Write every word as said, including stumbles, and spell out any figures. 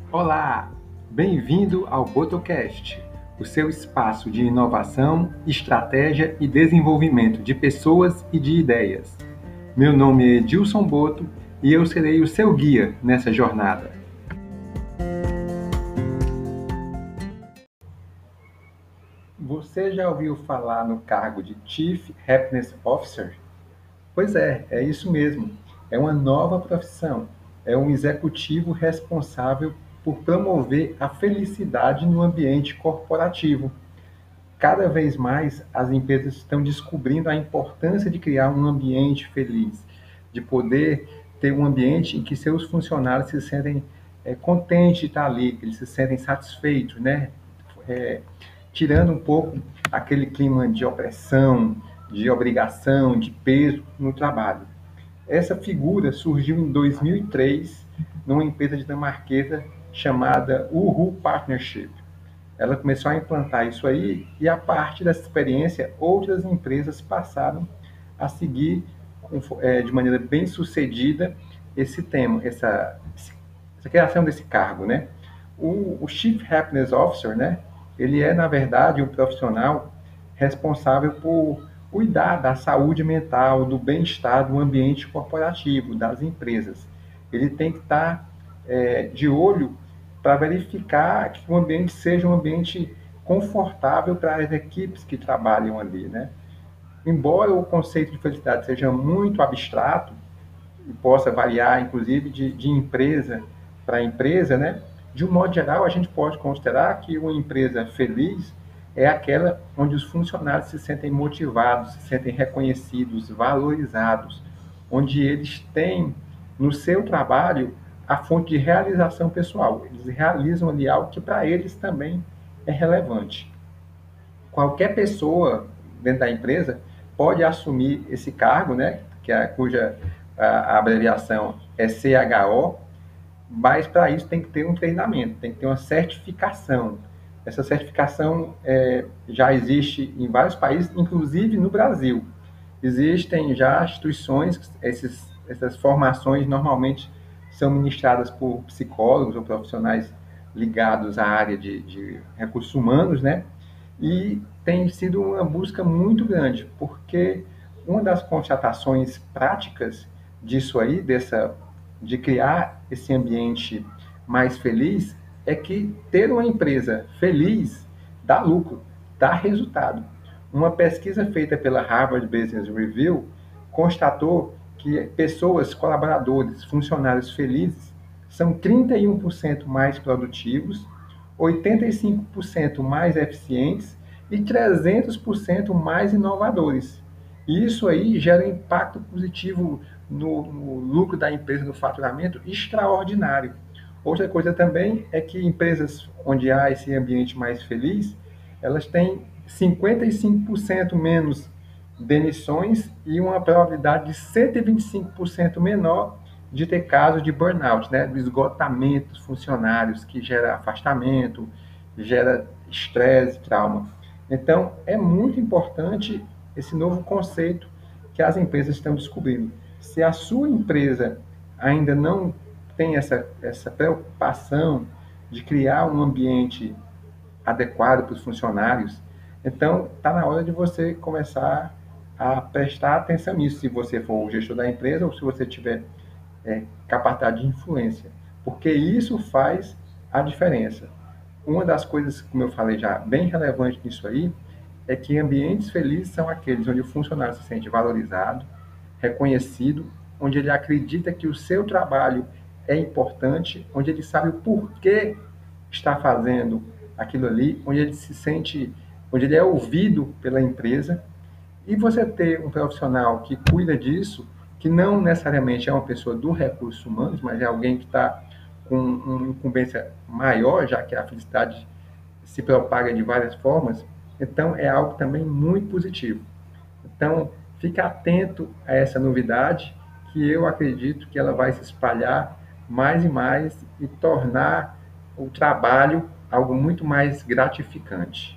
Olá, bem-vindo ao Botocast, o seu espaço de inovação, estratégia e desenvolvimento de pessoas e de ideias. Meu nome é Edilson Boto e eu serei o seu guia nessa jornada. Você já ouviu falar no cargo de Chief Happiness Officer? Pois é, é isso mesmo. É uma nova profissão. É um executivo responsável por promover a felicidade no ambiente corporativo. Cada vez mais as empresas estão descobrindo a importância de criar um ambiente feliz, de poder ter um ambiente em que seus funcionários se sentem é, contentes de estar ali, que eles se sentem satisfeitos, né? É, tirando um pouco aquele clima de opressão, de obrigação, de peso no trabalho. Essa figura surgiu em dois mil e três numa empresa dinamarquesa chamada Uhu Partnership. Ela começou a implantar isso aí e, a partir dessa experiência, outras empresas passaram a seguir é, de maneira bem sucedida esse tema, essa, essa criação desse cargo, né? O, o Chief Happiness Officer, né? Ele é, na verdade, um profissional responsável por cuidar da saúde mental, do bem-estar do ambiente corporativo, das empresas. Ele tem que estar é, de olho para verificar que o ambiente seja um ambiente confortável para as equipes que trabalham ali, né? Embora o conceito de felicidade seja muito abstrato e possa variar, inclusive, de, de empresa para empresa, né? De um modo geral, a gente pode considerar que uma empresa feliz é aquela onde os funcionários se sentem motivados, se sentem reconhecidos, valorizados, onde eles têm no seu trabalho a fonte de realização pessoal. Eles realizam ali algo que para eles também é relevante. Qualquer pessoa dentro da empresa pode assumir esse cargo, né, que é, cuja a, a abreviação é C H O, mas para isso tem que ter um treinamento, tem que ter uma certificação. Essa certificação é, já existe em vários países, inclusive no Brasil. Existem já instituições, esses, essas formações normalmente são ministradas por psicólogos ou profissionais ligados à área de, de recursos humanos, né? E tem sido uma busca muito grande, porque uma das constatações práticas disso aí, dessa, de criar esse ambiente mais feliz, é que ter uma empresa feliz dá lucro, dá resultado. Uma pesquisa feita pela Harvard Business Review constatou que pessoas, colaboradores, funcionários felizes são trinta e um por cento mais produtivos, oitenta e cinco por cento mais eficientes e trezentos por cento mais inovadores. E isso aí gera um impacto positivo no, no lucro da empresa, no faturamento, extraordinário. Outra coisa também é que empresas onde há esse ambiente mais feliz, elas têm cinquenta e cinco por cento menos demissões e uma probabilidade de cento e vinte e cinco por cento menor de ter casos de burnout, né, do esgotamento dos funcionários, que gera afastamento, gera estresse, trauma. Então, é muito importante esse novo conceito que as empresas estão descobrindo. Se a sua empresa ainda não tem essa, essa preocupação de criar um ambiente adequado para os funcionários, então está na hora de você começar a prestar atenção nisso, se você for o gestor da empresa ou se você tiver é, capacidade de influência, porque isso faz a diferença. Uma das coisas, como eu falei já, bem relevante nisso aí, é que ambientes felizes são aqueles onde o funcionário se sente valorizado, reconhecido, onde ele acredita que o seu trabalho é importante, onde ele sabe o porquê está fazendo aquilo ali, onde ele se sente, onde ele é ouvido pela empresa. E você ter um profissional que cuida disso, que não necessariamente é uma pessoa do recursos humanos, mas é alguém que está com uma incumbência maior, já que a felicidade se propaga de várias formas, então é algo também muito positivo. Então, fique atento a essa novidade, que eu acredito que ela vai se espalhar mais e mais e tornar o trabalho algo muito mais gratificante.